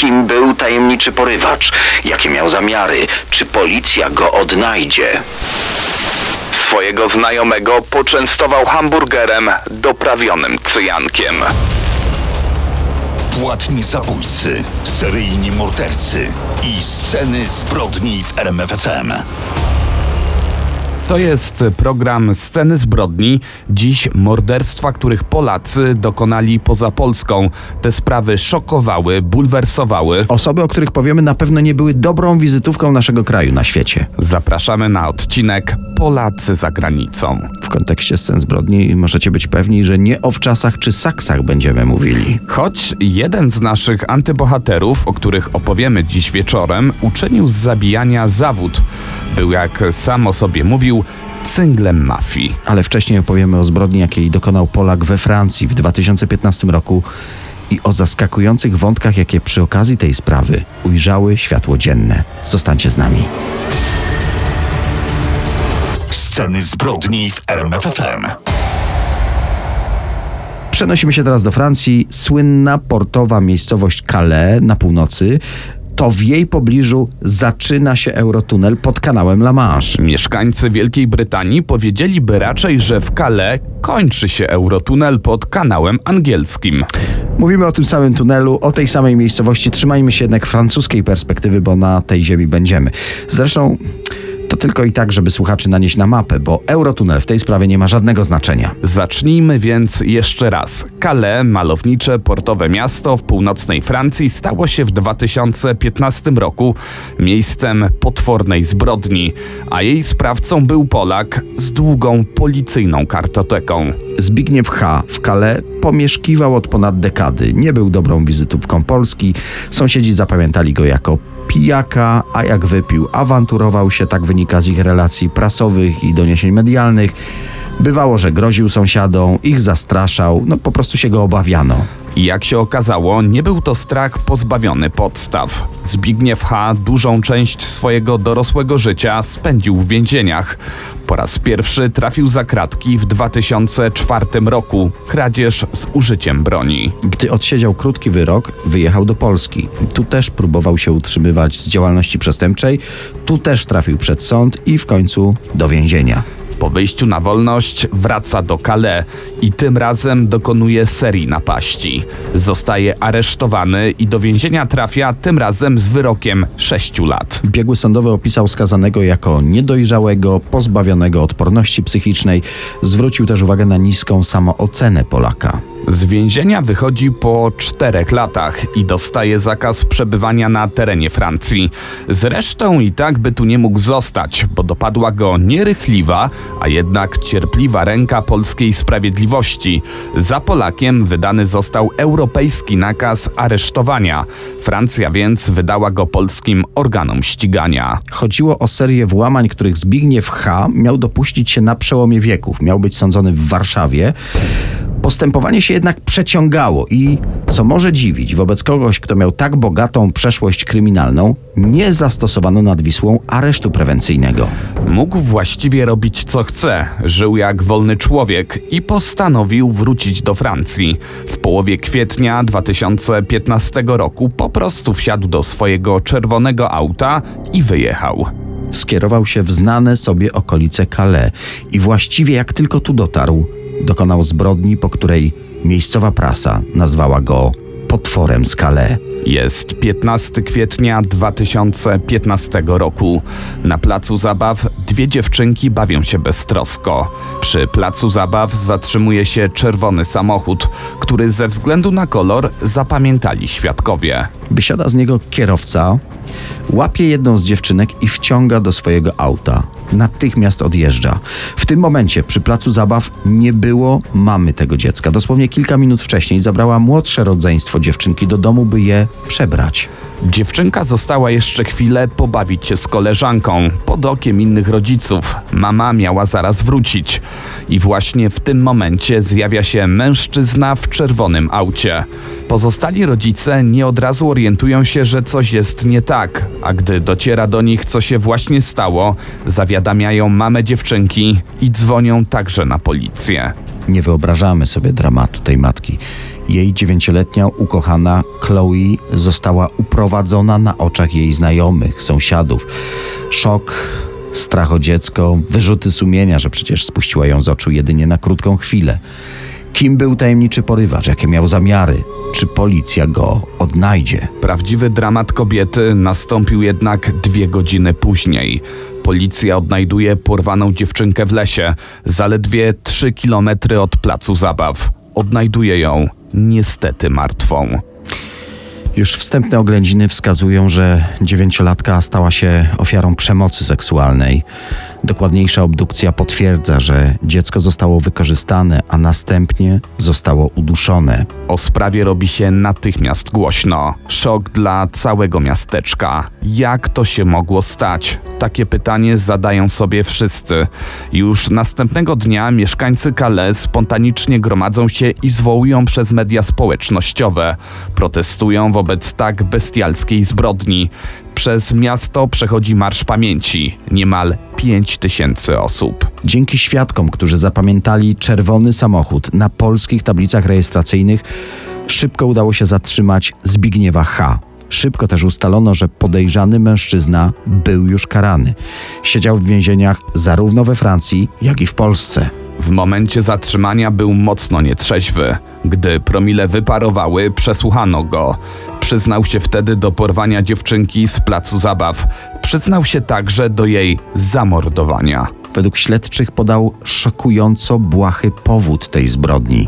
Kim był tajemniczy porywacz? Jakie miał zamiary? Czy policja go odnajdzie? Swojego znajomego poczęstował hamburgerem doprawionym cyjankiem. Płatni zabójcy, seryjni mordercy i sceny zbrodni w RMF FM. To jest program Sceny zbrodni. Dziś morderstwa, których Polacy dokonali poza Polską. Te sprawy szokowały, bulwersowały. Osoby, o których powiemy, na pewno nie były dobrą wizytówką naszego kraju na świecie. Zapraszamy na odcinek Polacy za granicą. W kontekście scen zbrodni możecie być pewni, że nie o wczasach czy saksach będziemy mówili. Choć jeden z naszych antybohaterów, o których opowiemy dziś wieczorem, uczynił z zabijania zawód. Był, jak sam o sobie mówił, cynglem mafii. Ale wcześniej opowiemy o zbrodni, jakiej dokonał Polak we Francji w 2015 roku i o zaskakujących wątkach, jakie przy okazji tej sprawy ujrzały światło dzienne. Zostańcie z nami. Sceny zbrodni w RMF FM. Przenosimy się teraz do Francji. Słynna portowa miejscowość Calais na północy. To w jej pobliżu zaczyna się Eurotunel pod kanałem La Manche. Mieszkańcy Wielkiej Brytanii powiedzieliby raczej, że w Calais kończy się Eurotunel pod kanałem angielskim. Mówimy o tym samym tunelu, o tej samej miejscowości. Trzymajmy się jednak francuskiej perspektywy, bo na tej ziemi będziemy. Zresztą to tylko i tak, żeby słuchaczy nanieść na mapę, bo Eurotunel w tej sprawie nie ma żadnego znaczenia. Zacznijmy więc jeszcze raz. Calais, malownicze, portowe miasto w północnej Francji, stało się w 2015 roku miejscem potwornej zbrodni, a jej sprawcą był Polak z długą policyjną kartoteką. Zbigniew H. w Calais pomieszkiwał od ponad dekady. Nie był dobrą wizytówką Polski. Sąsiedzi zapamiętali go jako pijaka, a jak wypił, awanturował się, tak wynika z ich relacji prasowych i doniesień medialnych. Bywało, że groził sąsiadom, ich zastraszał, po prostu się go obawiano. I jak się okazało, nie był to strach pozbawiony podstaw. Zbigniew H. dużą część swojego dorosłego życia spędził w więzieniach. Po raz pierwszy trafił za kratki w 2004 roku. Kradzież z użyciem broni. Gdy odsiedział krótki wyrok, wyjechał do Polski. Tu też próbował się utrzymywać z działalności przestępczej. Tu też trafił przed sąd i w końcu do więzienia. Po wyjściu na wolność wraca do Calais i tym razem dokonuje serii napaści. Zostaje aresztowany i do więzienia trafia tym razem z wyrokiem 6 lat. Biegły sądowy opisał skazanego jako niedojrzałego, pozbawionego odporności psychicznej. Zwrócił też uwagę na niską samoocenę Polaka. Z więzienia wychodzi po 4 latach i dostaje zakaz przebywania na terenie Francji. Zresztą i tak by tu nie mógł zostać, bo dopadła go nierychliwa, a jednak cierpliwa ręka polskiej sprawiedliwości. Za Polakiem wydany został europejski nakaz aresztowania. Francja więc wydała go polskim organom ścigania. Chodziło o serię włamań, których Zbigniew H. miał dopuścić się na przełomie wieków. Miał być sądzony w Warszawie. Postępowanie się jednak przeciągało i, co może dziwić, wobec kogoś, kto miał tak bogatą przeszłość kryminalną, nie zastosowano nad Wisłą aresztu prewencyjnego. Mógł właściwie robić co chce, żył jak wolny człowiek i postanowił wrócić do Francji. W połowie kwietnia 2015 roku po prostu wsiadł do swojego czerwonego auta i wyjechał. Skierował się w znane sobie okolice Calais i właściwie jak tylko tu dotarł, dokonał zbrodni, po której miejscowa prasa nazwała go potworem z Calais. Jest 15 kwietnia 2015 roku. Na placu zabaw 2 dziewczynki bawią się beztrosko. Przy placu zabaw zatrzymuje się czerwony samochód, który ze względu na kolor zapamiętali świadkowie. Wysiada z niego kierowca, łapie jedną z dziewczynek i wciąga do swojego auta. Natychmiast odjeżdża. W tym momencie przy placu zabaw nie było mamy tego dziecka. Dosłownie kilka minut wcześniej zabrała młodsze rodzeństwo dziewczynki do domu, by je przebrać. Dziewczynka została jeszcze chwilę pobawić się z koleżanką, pod okiem innych rodziców. Mama miała zaraz wrócić. I właśnie w tym momencie zjawia się mężczyzna w czerwonym aucie. Pozostali rodzice nie od razu orientują się, że coś jest nie tak, a gdy dociera do nich, co się właśnie stało, zawiadamiają mamę dziewczynki i dzwonią także na policję. Nie wyobrażamy sobie dramatu tej matki. Jej 9-letnia ukochana Chloe została uprowadzona na oczach jej znajomych, sąsiadów. Szok, strach o dziecko, wyrzuty sumienia, że przecież spuściła ją z oczu jedynie na krótką chwilę. Kim był tajemniczy porywacz? Jakie miał zamiary? Czy policja go odnajdzie? Prawdziwy dramat kobiety nastąpił jednak 2 godziny później. Policja odnajduje porwaną dziewczynkę w lesie, zaledwie 3 kilometry od placu zabaw. Odnajduje ją niestety martwą. Już wstępne oględziny wskazują, że 9-latka stała się ofiarą przemocy seksualnej. Dokładniejsza obdukcja potwierdza, że dziecko zostało wykorzystane, a następnie zostało uduszone. O sprawie robi się natychmiast głośno. Szok dla całego miasteczka. Jak to się mogło stać? Takie pytanie zadają sobie wszyscy. Już następnego dnia mieszkańcy Calais spontanicznie gromadzą się i zwołują przez media społecznościowe. Protestują wobec tak bestialskiej zbrodni. Przez miasto przechodzi Marsz Pamięci. Niemal 5000 osób. Dzięki świadkom, którzy zapamiętali czerwony samochód na polskich tablicach rejestracyjnych, szybko udało się zatrzymać Zbigniewa H. Szybko też ustalono, że podejrzany mężczyzna był już karany. Siedział w więzieniach zarówno we Francji, jak i w Polsce. W momencie zatrzymania był mocno nietrzeźwy. Gdy promile wyparowały, przesłuchano go. Przyznał się wtedy do porwania dziewczynki z placu zabaw. Przyznał się także do jej zamordowania. Według śledczych podał szokująco błahy powód tej zbrodni.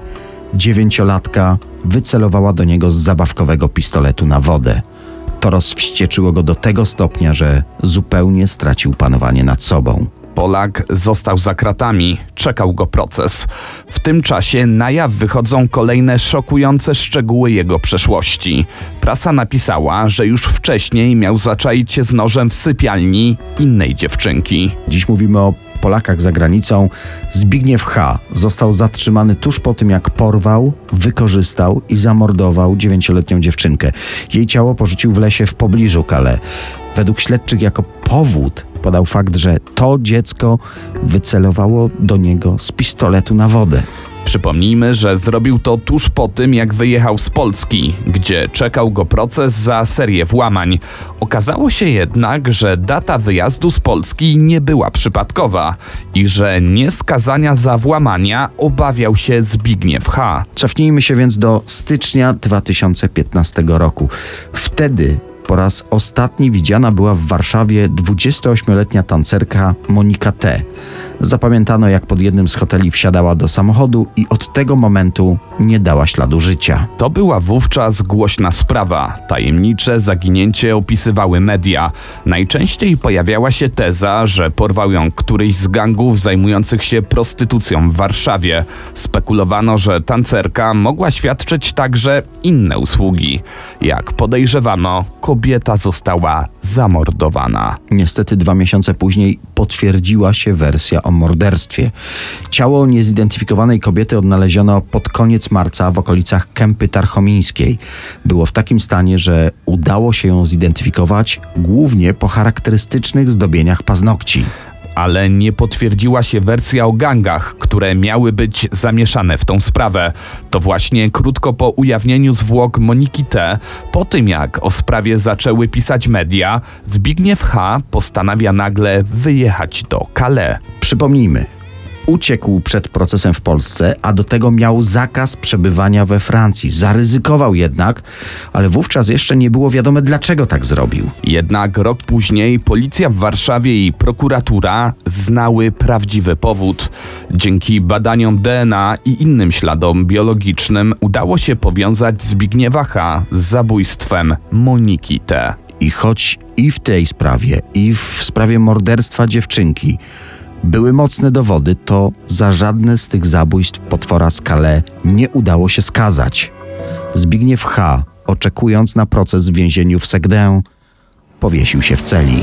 9-latka wycelowała do niego z zabawkowego pistoletu na wodę. To rozwścieczyło go do tego stopnia, że zupełnie stracił panowanie nad sobą. Polak został za kratami, czekał go proces. W tym czasie na jaw wychodzą kolejne szokujące szczegóły jego przeszłości. Prasa napisała, że już wcześniej miał zaczaić się z nożem w sypialni innej dziewczynki. Dziś mówimy o Polakach za granicą. Zbigniew H. został zatrzymany tuż po tym, jak porwał, wykorzystał i zamordował 9-letnią dziewczynkę. Jej ciało porzucił w lesie w pobliżu Calais. Według śledczych jako powód podał fakt, że to dziecko wycelowało do niego z pistoletu na wodę. Przypomnijmy, że zrobił to tuż po tym, jak wyjechał z Polski, gdzie czekał go proces za serię włamań. Okazało się jednak, że data wyjazdu z Polski nie była przypadkowa i że nieskazania za włamania obawiał się Zbigniew H. Cofnijmy się więc do stycznia 2015 roku. Wtedy po raz ostatni widziana była w Warszawie 28-letnia tancerka Monika T. Zapamiętano, jak pod jednym z hoteli wsiadała do samochodu i od tego momentu nie dała śladu życia. To była wówczas głośna sprawa. Tajemnicze zaginięcie opisywały media. Najczęściej pojawiała się teza, że porwał ją któryś z gangów zajmujących się prostytucją w Warszawie. Spekulowano, że tancerka mogła świadczyć także inne usługi. Jak podejrzewano, kobieta została zamordowana. Niestety 2 miesiące później potwierdziła się wersja o morderstwie. Ciało niezidentyfikowanej kobiety odnaleziono pod koniec marca w okolicach Kępy Tarchomińskiej. Było w takim stanie, że udało się ją zidentyfikować głównie po charakterystycznych zdobieniach paznokci. Ale nie potwierdziła się wersja o gangach, które miały być zamieszane w tą sprawę. To właśnie krótko po ujawnieniu zwłok Moniki T., po tym jak o sprawie zaczęły pisać media, Zbigniew H. postanawia nagle wyjechać do Calais. Przypomnijmy, uciekł przed procesem w Polsce, a do tego miał zakaz przebywania we Francji. Zaryzykował jednak, ale wówczas jeszcze nie było wiadome, dlaczego tak zrobił. Jednak rok później policja w Warszawie i prokuratura znały prawdziwy powód. Dzięki badaniom DNA i innym śladom biologicznym udało się powiązać Zbigniewa H. z zabójstwem Moniki T. I choć i w tej sprawie, i w sprawie morderstwa dziewczynki były mocne dowody, to za żadne z tych zabójstw potwora z Calais nie udało się skazać. Zbigniew H., oczekując na proces w więzieniu w Segdę, powiesił się w celi.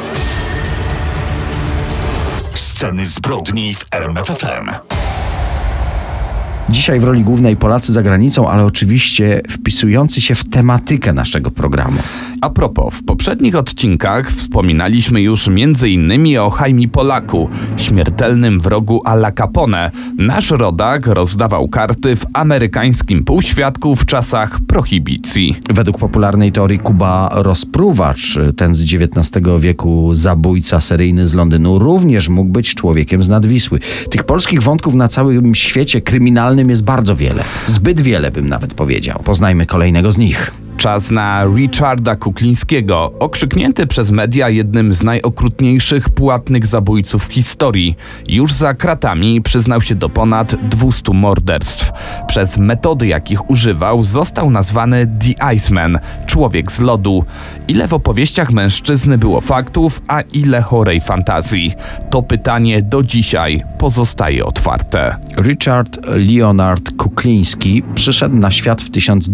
Sceny zbrodni w RMF FM. Dzisiaj w roli głównej Polacy za granicą, ale oczywiście wpisujący się w tematykę naszego programu. A propos, w poprzednich odcinkach wspominaliśmy już m.in. o Jaime Polaku, śmiertelnym wrogu Alla Capone. Nasz rodak rozdawał karty w amerykańskim półświadku w czasach prohibicji. Według popularnej teorii Kuba Rozpruwacz, ten z XIX wieku zabójca seryjny z Londynu, również mógł być człowiekiem z Nadwisły. Tych polskich wątków na całym świecie kryminalnym jest bardzo wiele. Zbyt wiele, bym nawet powiedział. Poznajmy kolejnego z nich. Czas na Richarda Kuklińskiego, okrzyknięty przez media jednym z najokrutniejszych płatnych zabójców w historii. Już za kratami przyznał się do ponad 200 morderstw. Przez metody, jakich używał, został nazwany The Iceman, człowiek z lodu. Ile w opowieściach mężczyzny było faktów, a ile chorej fantazji? To pytanie do dzisiaj pozostaje otwarte. Richard Leonard Kukliński przyszedł na świat w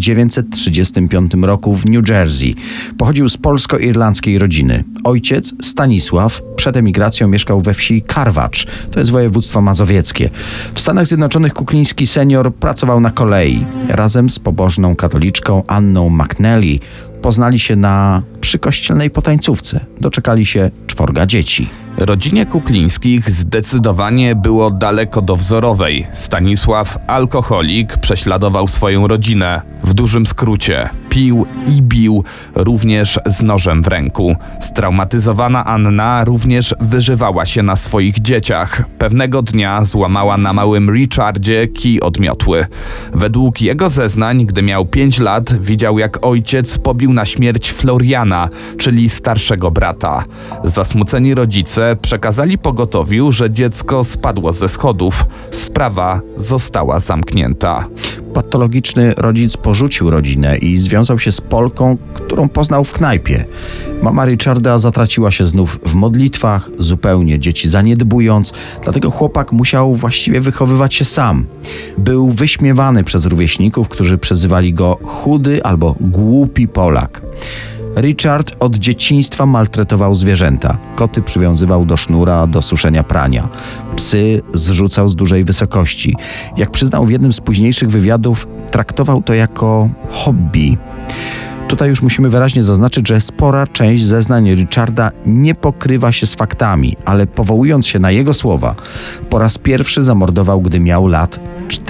1935 roku w New Jersey. Pochodził z polsko-irlandzkiej rodziny. Ojciec, Stanisław, przed emigracją mieszkał we wsi Karwacz, to jest województwo mazowieckie. W Stanach Zjednoczonych Kukliński senior pracował na kolei. Razem z pobożną katoliczką Anną McNally poznali się na przykościelnej potańcówce. Doczekali się 4 dzieci. Rodzinie Kuklińskich zdecydowanie było daleko do wzorowej. Stanisław, alkoholik, prześladował swoją rodzinę. W dużym skrócie, pił i bił, również z nożem w ręku. Straumatyzowana Anna również wyżywała się na swoich dzieciach. Pewnego dnia złamała na małym Richardzie kij od miotły. Według jego zeznań, gdy miał 5 lat, widział, jak ojciec pobił na śmierć Floriana, czyli starszego brata. Zasmuceni rodzice przekazali pogotowiu, że dziecko spadło ze schodów. Sprawa została zamknięta. Patologiczny rodzic porzucił rodzinę i związał się z Polką, którą poznał w knajpie. Mama Richarda zatraciła się znów w modlitwach, zupełnie dzieci zaniedbując, dlatego chłopak musiał właściwie wychowywać się sam. Był wyśmiewany przez rówieśników, którzy przezywali go chudy albo głupi Polak. Richard od dzieciństwa maltretował zwierzęta. Koty przywiązywał do sznura do suszenia prania. Psy zrzucał z dużej wysokości. Jak przyznał w jednym z późniejszych wywiadów, traktował to jako hobby. Tutaj już musimy wyraźnie zaznaczyć, że spora część zeznań Richarda nie pokrywa się z faktami, ale powołując się na jego słowa, po raz pierwszy zamordował, gdy miał lat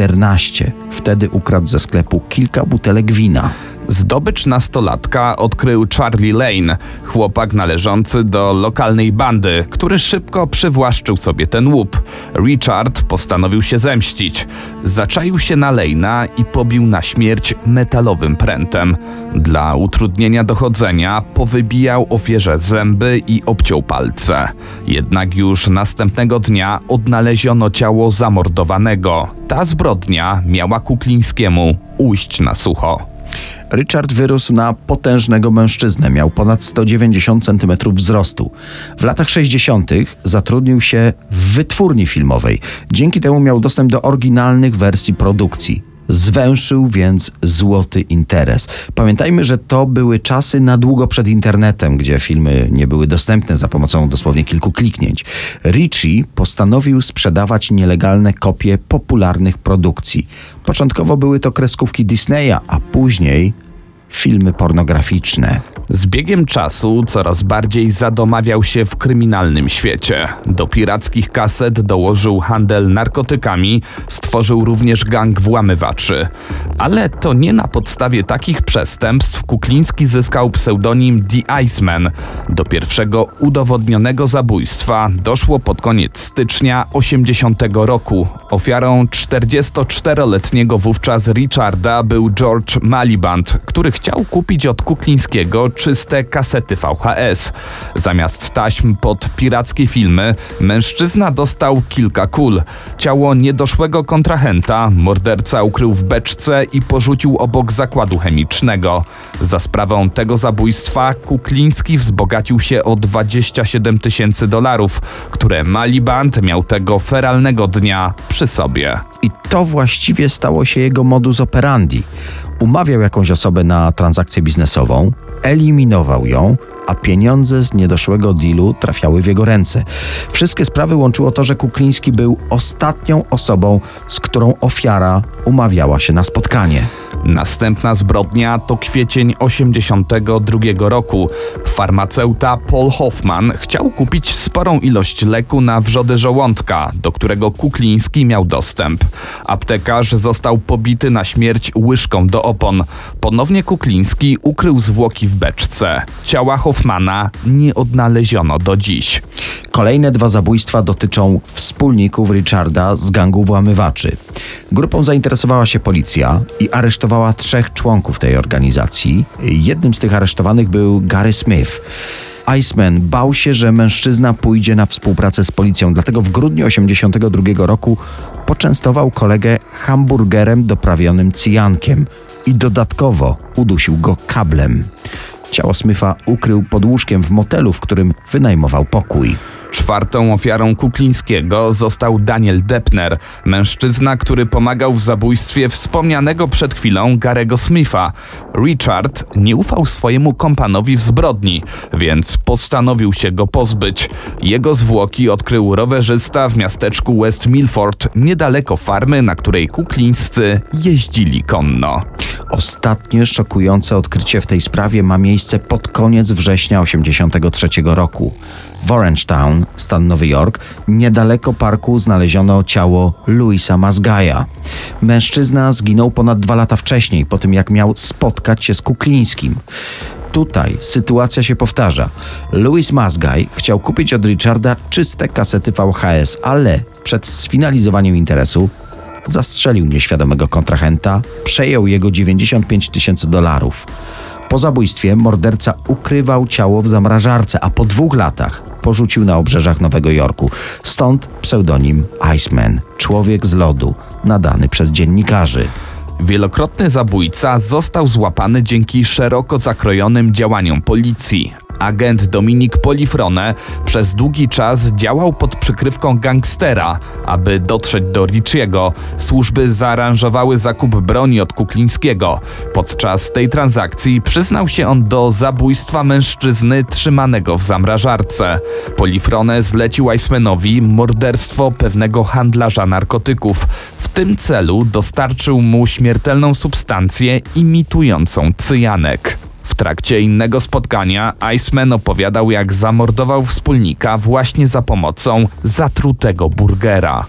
14. Wtedy ukradł ze sklepu kilka butelek wina. Zdobycz nastolatka odkrył Charlie Lane, chłopak należący do lokalnej bandy, który szybko przywłaszczył sobie ten łup. Richard postanowił się zemścić. Zaczaił się na Lane'a i pobił na śmierć metalowym prętem. Dla utrudnienia dochodzenia powybijał ofierze zęby i obciął palce. Jednak już następnego dnia odnaleziono ciało zamordowanego. Ta zbrodnia miała Kuklińskiemu ujść na sucho. Richard wyrósł na potężnego mężczyznę, miał ponad 190 cm wzrostu. W latach 60. zatrudnił się w wytwórni filmowej. Dzięki temu miał dostęp do oryginalnych wersji produkcji. Zwęszył więc złoty interes. Pamiętajmy, że to były czasy na długo przed internetem, gdzie filmy nie były dostępne za pomocą dosłownie kilku kliknięć. Ritchie postanowił sprzedawać nielegalne kopie popularnych produkcji. Początkowo były to kreskówki Disneya, a później filmy pornograficzne. Z biegiem czasu coraz bardziej zadomawiał się w kryminalnym świecie. Do pirackich kaset dołożył handel narkotykami, stworzył również gang włamywaczy. Ale to nie na podstawie takich przestępstw Kukliński zyskał pseudonim The Iceman. Do pierwszego udowodnionego zabójstwa doszło pod koniec stycznia 80 roku. Ofiarą 44-letniego wówczas Richarda był George Maliband, który chciał kupić od Kuklińskiego czyste kasety VHS. Zamiast taśm pod pirackie filmy, mężczyzna dostał kilka kul. Ciało niedoszłego kontrahenta morderca ukrył w beczce i porzucił obok zakładu chemicznego. Za sprawą tego zabójstwa Kukliński wzbogacił się o $27 000, które Maliband miał tego feralnego dnia przy sobie. I to właściwie stało się jego modus operandi. Umawiał jakąś osobę na transakcję biznesową, eliminował ją, a pieniądze z niedoszłego dealu trafiały w jego ręce. Wszystkie sprawy łączyło to, że Kukliński był ostatnią osobą, z którą ofiara umawiała się na spotkanie. Następna zbrodnia to kwiecień 1982 roku. Farmaceuta Paul Hoffman chciał kupić sporą ilość leku na wrzodę żołądka, do którego Kukliński miał dostęp. Aptekarz został pobity na śmierć łyżką do opon. Ponownie Kukliński ukrył zwłoki w beczce. Ciała Hoffmana nie odnaleziono do dziś. Kolejne 2 zabójstwa dotyczą wspólników Richarda z gangu włamywaczy. Grupą zainteresowała się policja i aresztowała 3 członków tej organizacji. Jednym z tych aresztowanych był Gary Smith. Iceman bał się, że mężczyzna pójdzie na współpracę z policją, dlatego w grudniu 1982 roku poczęstował kolegę hamburgerem doprawionym cyjankiem i dodatkowo udusił go kablem. Ciało Smitha ukrył pod łóżkiem w motelu, w którym wynajmował pokój. 4. ofiarą Kuklińskiego został Daniel Deppner, mężczyzna, który pomagał w zabójstwie wspomnianego przed chwilą Garego Smitha. Richard nie ufał swojemu kompanowi w zbrodni, więc postanowił się go pozbyć. Jego zwłoki odkrył rowerzysta w miasteczku West Milford, niedaleko farmy, na której Kuklińscy jeździli konno. Ostatnie szokujące odkrycie w tej sprawie ma miejsce pod koniec września 1983 roku. W Orangetown, stan Nowy Jork, niedaleko parku znaleziono ciało Louisa Mazgaja. Mężczyzna zginął ponad 2 lata wcześniej, po tym jak miał spotkać się z Kuklińskim. Tutaj sytuacja się powtarza. Louis Mazgaj chciał kupić od Richarda czyste kasety VHS, ale przed sfinalizowaniem interesu zastrzelił nieświadomego kontrahenta, przejął jego $95,000. Po zabójstwie morderca ukrywał ciało w zamrażarce, a po 2 latach porzucił na obrzeżach Nowego Jorku. Stąd pseudonim Iceman, człowiek z lodu, nadany przez dziennikarzy. Wielokrotny zabójca został złapany dzięki szeroko zakrojonym działaniom policji. Agent Dominic Polifrone przez długi czas działał pod przykrywką gangstera. Aby dotrzeć do Richiego, służby zaaranżowały zakup broni od Kuklińskiego. Podczas tej transakcji przyznał się on do zabójstwa mężczyzny trzymanego w zamrażarce. Polifrone zlecił Icemanowi morderstwo pewnego handlarza narkotyków. W tym celu dostarczył mu śmiertelną substancję imitującą cyjanek. W trakcie innego spotkania Iceman opowiadał, jak zamordował wspólnika właśnie za pomocą zatrutego burgera.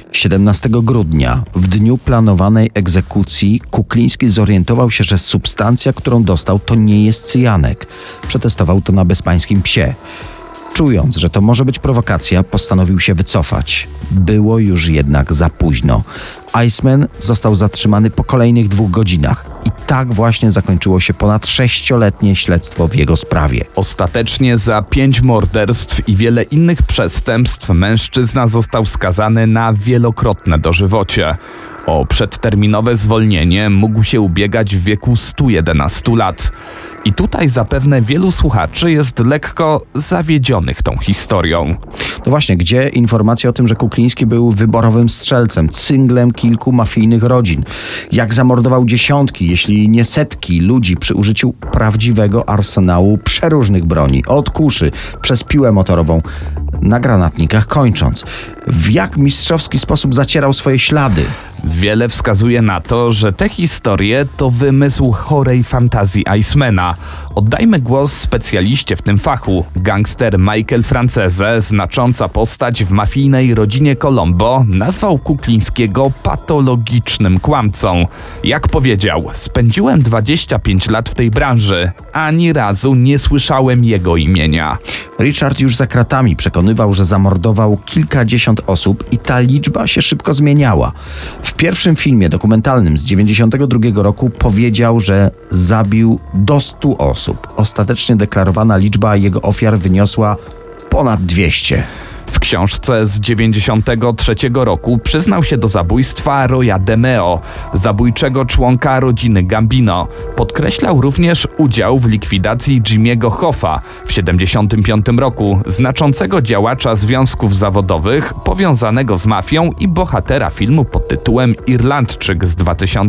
17 grudnia, w dniu planowanej egzekucji, Kukliński zorientował się, że substancja, którą dostał, to nie jest cyjanek. Przetestował to na bezpańskim psie. Czując, że to może być prowokacja, postanowił się wycofać. Było już jednak za późno. Iceman został zatrzymany po kolejnych 2 godzinach. I tak właśnie zakończyło się ponad 6-letnie śledztwo w jego sprawie. Ostatecznie za 5 morderstw i wiele innych przestępstw mężczyzna został skazany na wielokrotne dożywocie. O przedterminowe zwolnienie mógł się ubiegać w wieku 111 lat. I tutaj zapewne wielu słuchaczy jest lekko zawiedzionych tą historią. No właśnie, gdzie informacja o tym, że Kukliński był wyborowym strzelcem, cynglem kilku mafijnych rodzin? Jak zamordował dziesiątki, jeśli nie setki ludzi przy użyciu prawdziwego arsenału przeróżnych broni, od kuszy, przez piłę motorową, na granatnikach kończąc. W jak mistrzowski sposób zacierał swoje ślady? Wiele wskazuje na to, że te historie to wymysł chorej fantazji Icemana. Oddajmy głos specjaliście w tym fachu. Gangster Michael Francese, znacząca postać w mafijnej rodzinie Colombo, nazwał Kuklińskiego patologicznym kłamcą. Jak powiedział, spędziłem 25 lat w tej branży, ani razu nie słyszałem jego imienia. Richard już za kratami przekonywał, że zamordował kilkadziesiąt osób i ta liczba się szybko zmieniała. W pierwszym filmie dokumentalnym z 1992 roku powiedział, że zabił do 100 osób. Ostatecznie deklarowana liczba jego ofiar wyniosła ponad 200. W książce z 1993 roku przyznał się do zabójstwa Roya DeMeo, zabójczego członka rodziny Gambino. Podkreślał również udział w likwidacji Jimmy'ego Hoffa w 1975 roku, znaczącego działacza związków zawodowych, powiązanego z mafią i bohatera filmu pod tytułem Irlandczyk z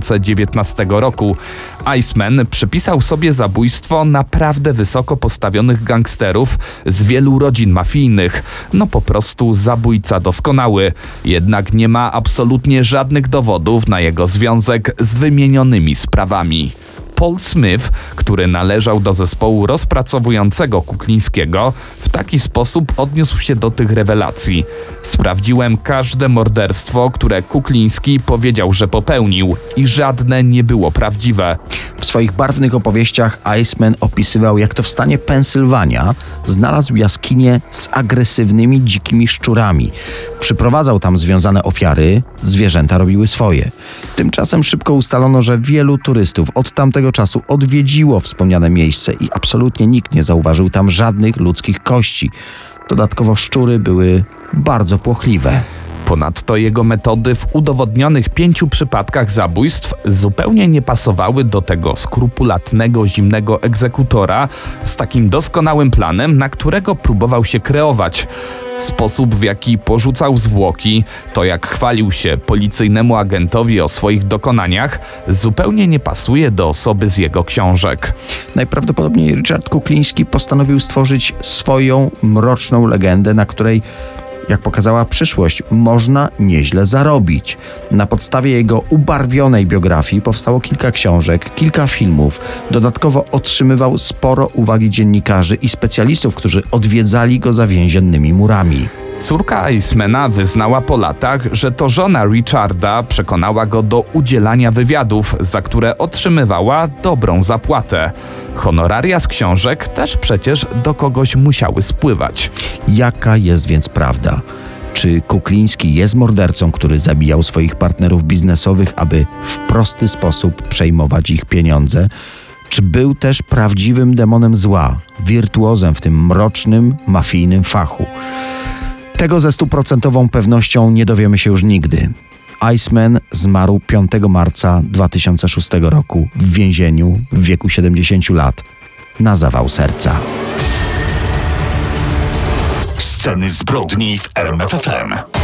2019 roku. Iceman przypisał sobie zabójstwo naprawdę wysoko postawionych gangsterów z wielu rodzin mafijnych. No po prostu zabójca doskonały. Jednak nie ma absolutnie żadnych dowodów na jego związek z wymienionymi sprawami. Paul Smith, który należał do zespołu rozpracowującego Kuklińskiego, w taki sposób odniósł się do tych rewelacji. Sprawdziłem każde morderstwo, które Kukliński powiedział, że popełnił i żadne nie było prawdziwe. W swoich barwnych opowieściach Iceman opisywał, jak to w stanie Pensylwania znalazł jaskinię z agresywnymi, dzikimi szczurami. Przyprowadzał tam związane ofiary, zwierzęta robiły swoje. Tymczasem szybko ustalono, że wielu turystów od tamtego czasu odwiedziło wspomniane miejsce i absolutnie nikt nie zauważył tam żadnych ludzkich kości. Dodatkowo szczury były bardzo płochliwe. Ponadto jego metody w udowodnionych 5 przypadkach zabójstw zupełnie nie pasowały do tego skrupulatnego, zimnego egzekutora z takim doskonałym planem, na którego próbował się kreować. Sposób, w jaki porzucał zwłoki, to jak chwalił się policyjnemu agentowi o swoich dokonaniach, zupełnie nie pasuje do osoby z jego książek. Najprawdopodobniej Richard Kukliński postanowił stworzyć swoją mroczną legendę, na której, jak pokazała przyszłość, można nieźle zarobić. Na podstawie jego ubarwionej biografii powstało kilka książek, kilka filmów. Dodatkowo otrzymywał sporo uwagi dziennikarzy i specjalistów, którzy odwiedzali go za więziennymi murami. Córka Icemana wyznała po latach, że to żona Richarda przekonała go do udzielania wywiadów, za które otrzymywała dobrą zapłatę. Honoraria z książek też przecież do kogoś musiały spływać. Jaka jest więc prawda? Czy Kukliński jest mordercą, który zabijał swoich partnerów biznesowych, aby w prosty sposób przejmować ich pieniądze? Czy był też prawdziwym demonem zła, wirtuozem w tym mrocznym, mafijnym fachu? Tego ze 100% pewnością nie dowiemy się już nigdy. Iceman zmarł 5 marca 2006 roku w więzieniu w wieku 70 lat na zawał serca. Sceny zbrodni w RMF FM.